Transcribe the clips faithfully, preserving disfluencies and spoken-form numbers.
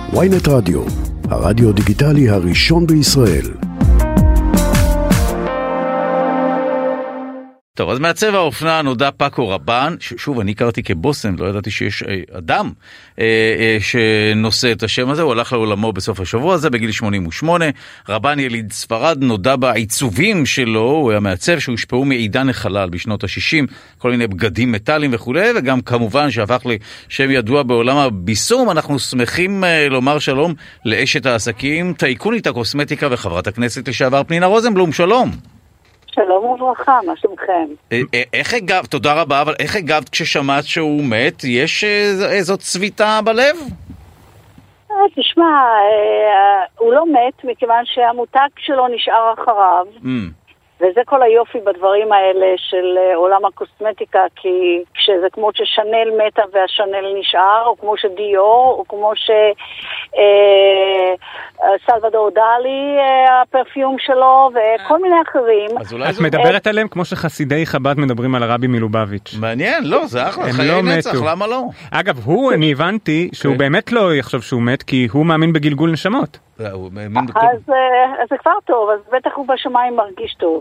וויינט רדיו, הרדיו דיגיטלי הראשון בישראל. טוב, אז מעצב האופנה נודע פאקו רבן, ששוב, אני הכרתי כבושם, לא ידעתי שיש אדם אה, אה, שנושא את השם הזה, הוא הלך לעולמו בסוף השבוע הזה, בגיל שמונים ושמונה, רבן יליד ספרד, נודע בעיצובים שלו, הוא היה מעצב שהושפעו מעידן החלל בשנות ה-שישים, כל מיני בגדים מטליים וכו', וגם כמובן שהפך לשם ידוע בעולם הביסום. אנחנו שמחים אה, לומר שלום לאשת העסקים, טייקונית הקוסמטיקה וחברת הכנסת לשעבר פנינה רוזנבלום, שלום. שלום וברכה, מה שלומכם? איך הגבת, תודה רבה, אבל איך הגבת כששמעת שהוא מת? יש איזו צביטה בלב? תשמע, הוא לא מת מכיוון שהמותג שלו נשאר אחריו, וזה כל היופי בדברים האלה של עולם הקוסמטיקה, כי כשזה כמו ששנל מתה והשנל נשאר, או כמו שדיור, או כמו ש... סלבדור דלי, הפרפיום שלו, וכל מיני אחרים. את מדברת עליהם כמו שחסידי חב"ד מדברים על הרבי מלובביץ'. מעניין, לא, זה אחלה, חיי נצח, למה לא? אגב, הוא, אני הבנתי שהוא באמת לא יחשוב שהוא מת, כי הוא מאמין בגלגול נשמות. אז זה כבר טוב, אז בטח הוא בשמיים מרגיש טוב.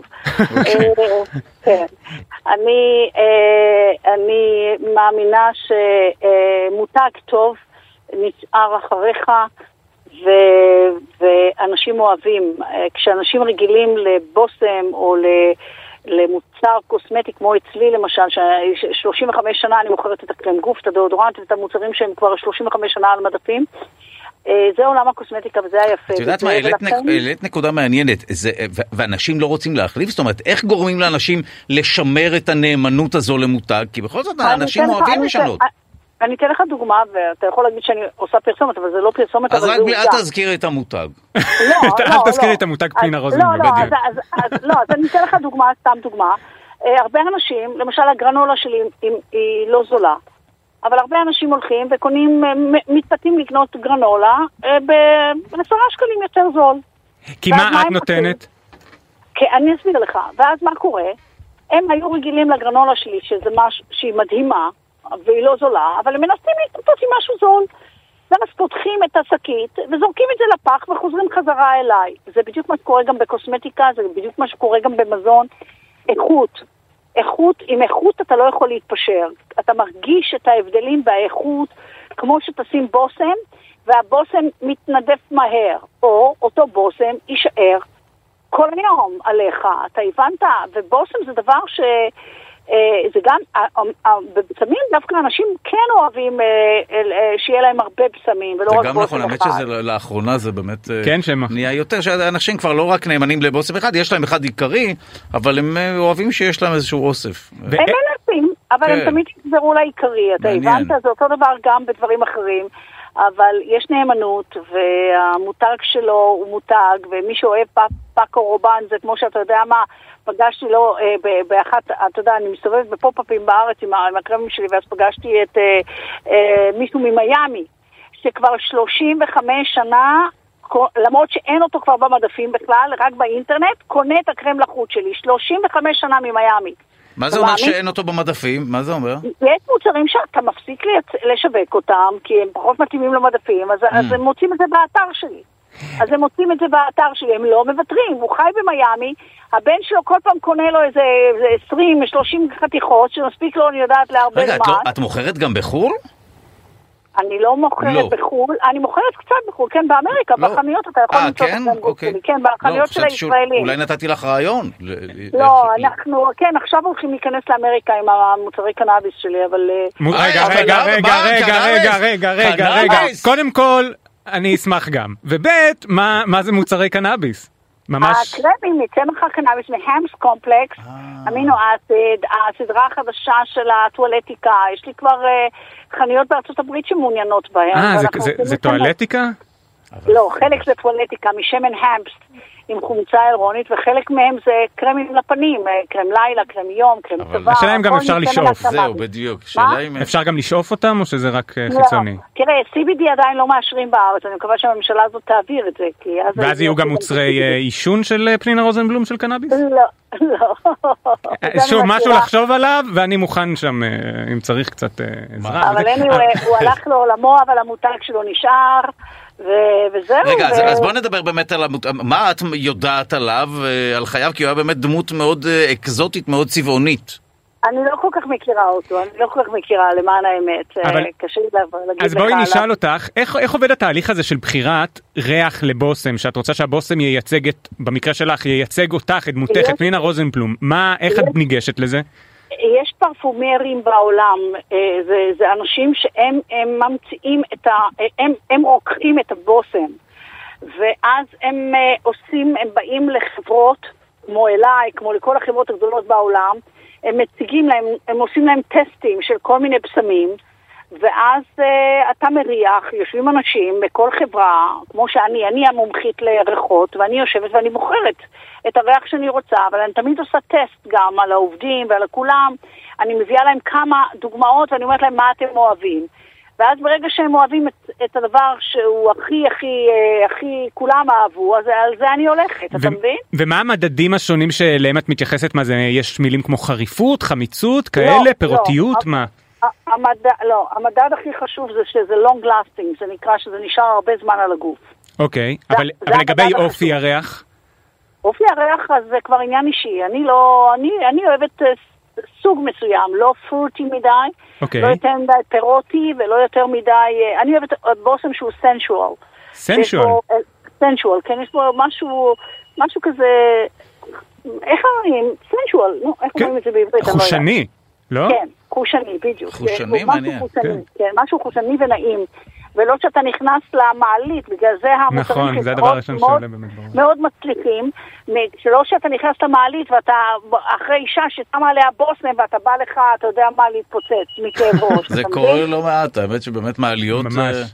אני מאמינה שמותג טוב נשאר אחריך, ואנשים אוהבים. כשאנשים רגילים לבוסם או למוצר קוסמטי כמו אצלי למשל, ש-שלושים וחמש שנה אני מוכרת את הקרם גוף, את הדאודורנט ואת המוצרים שהם כבר שלושים וחמש שנה על מדפים, זה עולם הקוסמטיקה וזה היפה. את יודעת מה, העלית נקודה מעניינת, ואנשים לא רוצים להחליף? זאת אומרת, איך גורמים לאנשים לשמר את הנאמנות הזו למותג? כי בכל זאת האנשים אוהבים לשנות. אני אתן לך דוגמה, ואתה יכול להגיד שאני עושה פרסומת, אבל זה לא פרסומת, אבל זה עובדה. אז רק אל תזכירי את המותג. אל תזכירי את המותג פנינה רוזנבלום. לא, אז אני אתן לך דוגמה, סתם דוגמה. הרבה אנשים, למשל הגרנולה שלי היא לא זולה, אבל הרבה אנשים הולכים וקונים, מתפתים לקנות גרנולה בעשרה שקלים יותר זול. כי מה את נותנת? אני אסביר לך, ואז מה קורה? הם היו רגילים לגרנולה שלי, שזה משהו שהיא מדהימה, והיא לא זולה, אבל הם מנסים להתפתות עם משהו זול. ואז פותחים את השקית וזורקים את זה לפח וחוזרים חזרה אליי. זה בדיוק מה שקורה גם בקוסמטיקה, זה בדיוק מה שקורה גם במזון. איכות. איכות, עם איכות אתה לא יכול להתפשר. אתה מרגיש את ההבדלים באיכות, כמו שתשים בוסם, והבוסם מתנדף מהר, או אותו בוסם יישאר כל היום עליך. אתה הבנת? ובוסם זה דבר ש... זה גם, בבשמים דווקא אנשים כן אוהבים שיהיה להם הרבה בשמים. זה גם נכון, האמת שזה לאחרונה זה באמת נהיה יותר, שאנשים כבר לא רק נאמנים לבוסם אחד, יש להם אחד עיקרי, אבל הם אוהבים שיש להם איזשהו אוסף. הם מנסים, אבל הם תמיד יחזרו לעיקרי, אתה הבנת, זה אותו דבר גם בדברים אחרים, אבל יש נאמנות, והמותג שלו הוא מותג, ומי שאוהב פאקו רבן, זה כמו שאתה יודע מה, פגשתי לו אה, באחת, אתה יודע, אני מסתובבת בפופ-אפים בארץ עם, עם הקרמים שלי, ואז פגשתי את אה, אה, מישהו ממיימי, שכבר שלושים וחמש שנה, למרות שאין אותו כבר במדפים בכלל, רק באינטרנט, קונה את הקרם לחוט שלי, שלושים וחמש שנה ממיימי. מה זה אומר שאין אותו במדפים? מה זה אומר? יש מוצרים שאתה מפסיק לשווק אותם, כי הם פחות מתאימים למדפים, אז, אז הם מוצאים את זה באתר שלי. אז הם מוצאים את זה באתר שלי, הם לא מוותרים, הוא חי במיימי, הבן שלו כל פעם קונה לו איזה עשרים שלושים חתיכות, שמספיק לו, אני יודעת, להרבה רגע, את, לא, את מוכרת גם בחול? אני לא מוכרת לא. בחול, אני מוכרת קצת בחול, כן, באמריקה, לא. בחנויות אתה יכול למצוא כן? את אוקיי. שלי, כן, בחנויות לא, של הישראלים. אולי נתתי לך רעיון. לא, אנחנו, כן, עכשיו הולכים להיכנס לאמריקה עם המוצרי קנאביס שלי, אבל... רגע, רגע, רגע, רגע, רגע, רגע, רגע, קודם כל... אני אשמח גם. ובית, מה, מה זה מוצרי קנאביס? ממש... הקרמים מצמח הקנאביס מהמס קומפלקס, אמינו אסיד, הסדרה החדשה של הטואלטיקה, יש לי כבר uh, חנויות בארצות הברית שמעוניינות בהן. אה, זה, זה, זה טואלטיקה? לא, חלק זה טואלטיקה, משמן המס עם חומצה אלרונית, וחלק מהם זה קרמים לפנים, קרם לילה, קרם יום, קרם צבא. השאלה אם גם אפשר לשאוף. זהו, בדיוק. אפשר גם לשאוף אותם, או שזה רק חיצוני? תראה, סי בי די עדיין לא מאשרים בארץ, אני מקווה שהממשלה הזאת תעביר את זה. ואז יהיו גם מוצרי עישון של פנינה רוזנבלום של קנאביס? לא, לא. שוב, משהו לחשוב עליו, ואני מוכן שם, אם צריך קצת עזרה. אבל הוא הלך לעולמו, אבל המותג שלו נשאר, וזהו. רגע, ו... אז בוא נדבר באמת על מה את יודעת עליו, על חייו, כי הוא היה באמת דמות מאוד אקזוטית, מאוד צבעונית. אני לא כל כך מכירה אותו, אני לא כל כך מכירה למען האמת, אבל... קשה לי להגיד אז בואי נשאל אותך, איך, איך עובד התהליך הזה של בחירת ריח לבוסם, שאת רוצה שהבוסם ייצג את, במקרה שלך, ייצג אותך, את דמותך, יש... את פנינה רוזנבלום, מה, איך יש... את ניגשת לזה? יש פרפומרים בעולם, זה, זה אנשים שהם הם ממציאים את ה... הם, הם רוקחים את הבוסם, ואז הם עושים, הם באים לחברות, כמו אליי, כמו לכל החברות הגדולות בעולם, הם מציגים להם, הם עושים להם טסטים של כל מיני פסמים, ואז uh, אתה מריח, יושבים אנשים בכל חברה, כמו שאני, אני המומחית לריחות, ואני יושבת ואני בוחרת את הריח שאני רוצה, אבל אני תמיד עושה טסט גם על העובדים ועל כולם, אני מביאה להם כמה דוגמאות ואני אומרת להם מה אתם אוהבים. ואז ברגע שהם אוהבים את, את הדבר שהוא הכי, הכי, הכי, כולם אהבו, אז על זה אני הולכת, אתה מבין? ומה המדדים השונים שאליהם את מתייחסת? מה זה, יש מילים כמו חריפות, חמיצות, כאלה, לא, פירותיות, לא, מה? המדד, לא, המדד הכי חשוב זה שזה long lasting, זה נקרא שזה נשאר הרבה זמן על הגוף. אוקיי, זה, אבל, זה אבל לגבי אופי הריח? אופי הריח, אז זה כבר עניין אישי, אני לא, אני, אני אוהבת סוג מסוים, לא פרוטי מדי, okay. לא יותר מדי פירוטי ולא יותר מדי, אני אוהבת בוסם שהוא סנשואל. סנשואל? סנשואל, כן, יש בו משהו, משהו כזה, איך אומרים? סנשואל, נו, איך אומרים את זה בעברית? חושני, לא? כן, חושני, בדיוק. חושני, מעניין. כן, משהו חושני ונעים. ולא שאתה נכנס למעלית, בגלל זה המוצרים מאוד מצליחים, שלא שאתה נכנס למעלית ואתה אחרי אישה ששמה עליה בוסם ואתה בא לך, אתה יודע מה, להתפוצץ מכאב ראש. זה קורה לא מעט, האמת שבאמת מעליות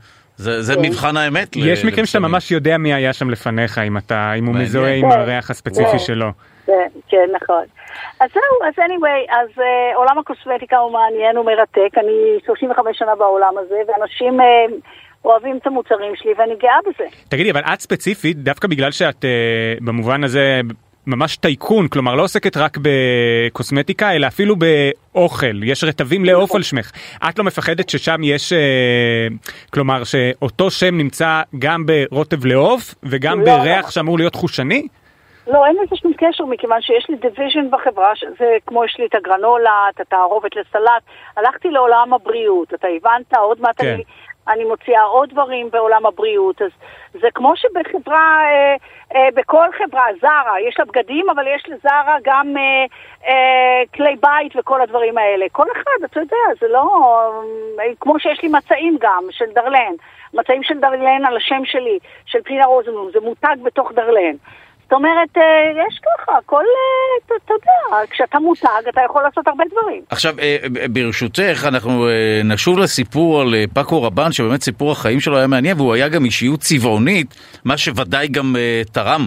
זה מבחן האמת. יש מקרים שאתה ממש יודע מי היה שם לפניך, אם הוא מזוהה עם הריח הספציפי שלו. כן, נכון. אז זהו, אז anyway, אז uh, עולם הקוסמטיקה הוא מעניין, הוא מרתק, אני שלושים וחמש שנה בעולם הזה, ואנשים uh, אוהבים את המוצרים שלי, ואני גאה בזה. תגידי, אבל את ספציפית, דווקא בגלל שאת uh, במובן הזה ממש טייקון, כלומר לא עוסקת רק בקוסמטיקה, אלא אפילו באוכל, יש רטבים לעוף על שמך. את לא מפחדת ששם יש, uh, כלומר שאותו שם נמצא גם ברוטב לעוף, וגם לא, בריח לא. שאמור להיות חושני? לא, אין לזה שום קשר, מכיוון שיש לי דיוויז'ן בחברה, שזה כמו יש לי את הגרנולה, את התערובת לסלט, הלכתי לעולם הבריאות, אתה הבנת, עוד מעט כן. אני, אני מוציאה עוד דברים בעולם הבריאות, אז זה כמו שבחברה, אה, אה, בכל חברה, זרה, יש לה בגדים, אבל יש לזרה גם אה, אה, כלי בית וכל הדברים האלה. כל אחד, אתה יודע, זה לא, אה, כמו שיש לי מצעים גם, של דרלן, מצעים של דרלן על השם שלי, של פנינה רוזנבלום, זה מותג בתוך דרלן. זאת אומרת, יש ככה, כל, אתה יודע, כשאתה מותג, אתה יכול לעשות הרבה דברים. עכשיו, ברשותך, אנחנו נשוב לסיפור על פאקו רבן, שבאמת סיפור החיים שלו היה מעניין, והוא היה גם אישיות צבעונית, מה שוודאי גם תרם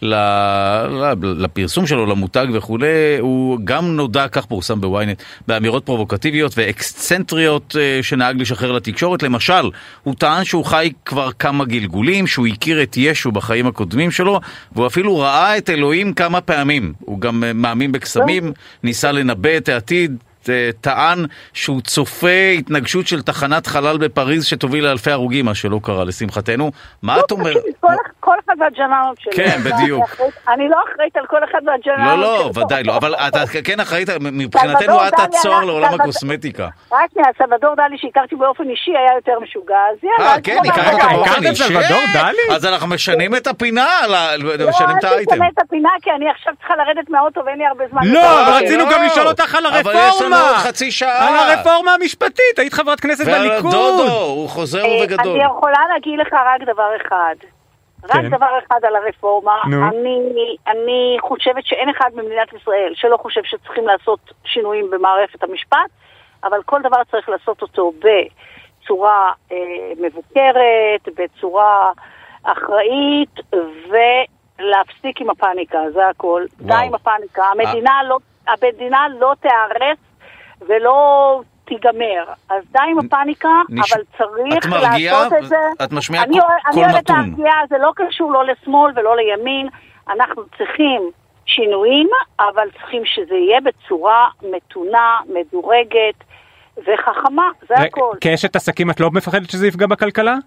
לפרסום שלו, למותג וכו'. הוא גם נודע, כך פורסם בוויינט, באמירות פרובוקטיביות ואקסצנטריות שנהג לשחרר לתקשורת. למשל, הוא טען שהוא חי כבר כמה גלגולים, שהוא הכיר את ישו בחיים הקודמים שלו, והוא אפילו ראה את אלוהים כמה פעמים. הוא גם מאמין בקסמים, ניסה לנבא את העתיד, טען שהוא צופה התנגשות של תחנת חלל בפריז שתוביל לאלפי הרוגים, מה שלא קרה לשמחתנו. מה את אומרת? כל אחד והג'ננות שלי. כן, בדיוק. אני לא אחראית על כל אחד והג'ננות. לא, לא, ודאי לא, אבל אתה כן אחראית, מבחינתנו את הצוהר לעולם הקוסמטיקה. רק שנייה, סלבדור דלי שהכרתי באופן אישי היה יותר משוגע, אז יאללה. אה, כן, הכרת אותו באופן אישי? אז אנחנו משנים את הפינה, משנים את האייטם. לא, אני משנה את הפינה, כי אני עכשיו צריכה לרדת מהאוטו ואין לי הרבה זמן. לא, רצינו גם לשאול אותך על הרפורמה. חצי שעה. על הרפורמה המשפטית, היית חברת כנסת בליכוד. דודו, הוא חוזר ובגדול. אני יכולה להגיד לך רק דבר אחד. רק דבר אחד על הרפורמה. אני חושבת שאין אחד במדינת ישראל שלא חושב שצריכים לעשות שינויים במערכת המשפט, אבל כל דבר צריך לעשות אותו בצורה מבוקרת, בצורה אחראית, ולהפסיק עם הפאניקה, זה הכל. די עם הפאניקה. המדינה לא תיארס ולא תיגמר. אז די עם הפאניקה, נש... אבל צריך לעשות את זה. את משמיעה אני, כל, אני כל אוהבת נתון. להרגיע, זה לא קשור לא לשמאל ולא לימין. אנחנו צריכים שינויים, אבל צריכים שזה יהיה בצורה מתונה, מדורגת וחכמה. זה הכל. כאשת עסקים, את לא מפחדת שזה יפגע בכלכלה?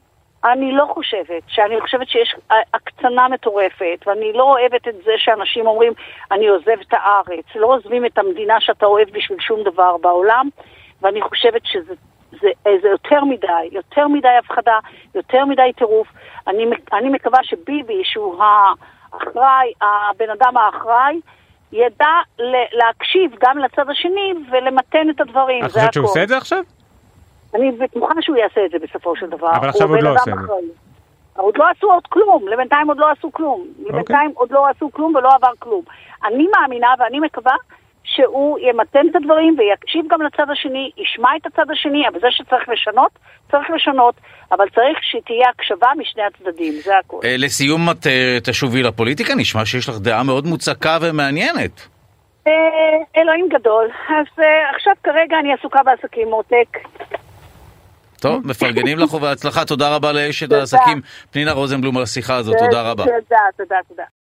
אני לא חושבת, שאני חושבת שיש הקצנה מטורפת, ואני לא אוהבת את זה שאנשים אומרים, אני עוזב את הארץ, לא עוזבים את המדינה שאתה אוהב בשביל שום דבר בעולם, ואני חושבת שזה זה, זה יותר מדי, יותר מדי הפחדה, יותר מדי טירוף. אני, אני מקווה שביבי, שהוא האחראי, הבן אדם האחראי, ידע להקשיב גם לצד השני ולמתן את הדברים. את חושבת שהוא עושה את זה עכשיו? אני מוכנה שהוא יעשה את זה בסופו של דבר. אבל עכשיו עוד לא עושה את זה. עוד לא עשו עוד כלום, לבינתיים עוד לא עשו כלום. לבינתיים עוד לא עשו כלום ולא עבר כלום. אני מאמינה ואני מקווה שהוא ימתן את הדברים ויקשיב גם לצד השני, ישמע את הצד השני, אבל זה שצריך לשנות, צריך לשנות, אבל צריך שתהיה הקשבה משני הצדדים, זה הכל. לסיום את תשובי לפוליטיקה, נשמע שיש לך דעה מאוד מוצקה ומעניינת. אלוהים גדול, אז עכשיו כרגע אני עסוקה בעסקים, מותק. טוב, מפרגנים לך ובהצלחה, תודה רבה לאשת העסקים, פנינה רוזנבלום על השיחה הזאת, תודה רבה. תודה, תודה, תודה.